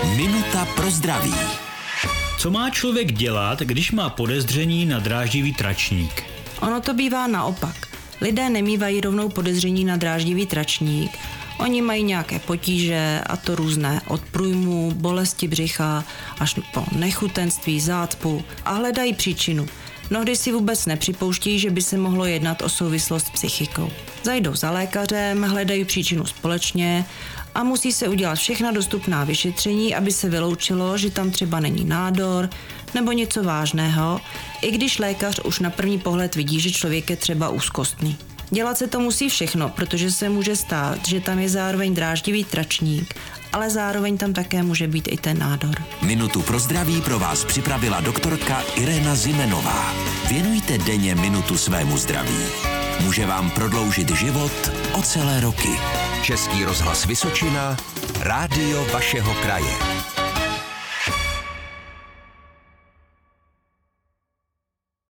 Minuta pro zdraví. Co má člověk dělat, když má podezření na dráždivý tračník? Ono to bývá naopak. Lidé nemívají rovnou podezření na dráždivý tračník. Oni mají nějaké potíže, a to různé, od průjmu, bolesti břicha až po nechutenství, zácpu a hledají příčinu. Mnohdy si vůbec nepřipouští, že by se mohlo jednat o souvislost s psychikou. Zajdou za lékařem, hledají příčinu společně a musí se udělat všechna dostupná vyšetření, aby se vyloučilo, že tam třeba není nádor nebo něco vážného, i když lékař už na první pohled vidí, že člověk je třeba úzkostný. Dělat se to musí všechno, protože se může stát, že tam je zároveň dráždivý tračník, ale zároveň tam také může být i ten nádor. Minutu pro zdraví pro vás připravila doktorka Irena Zimenová. Věnujte denně minutu svému zdraví. Může vám prodloužit život o celé roky. Český rozhlas Vysočina, rádio vašeho kraje.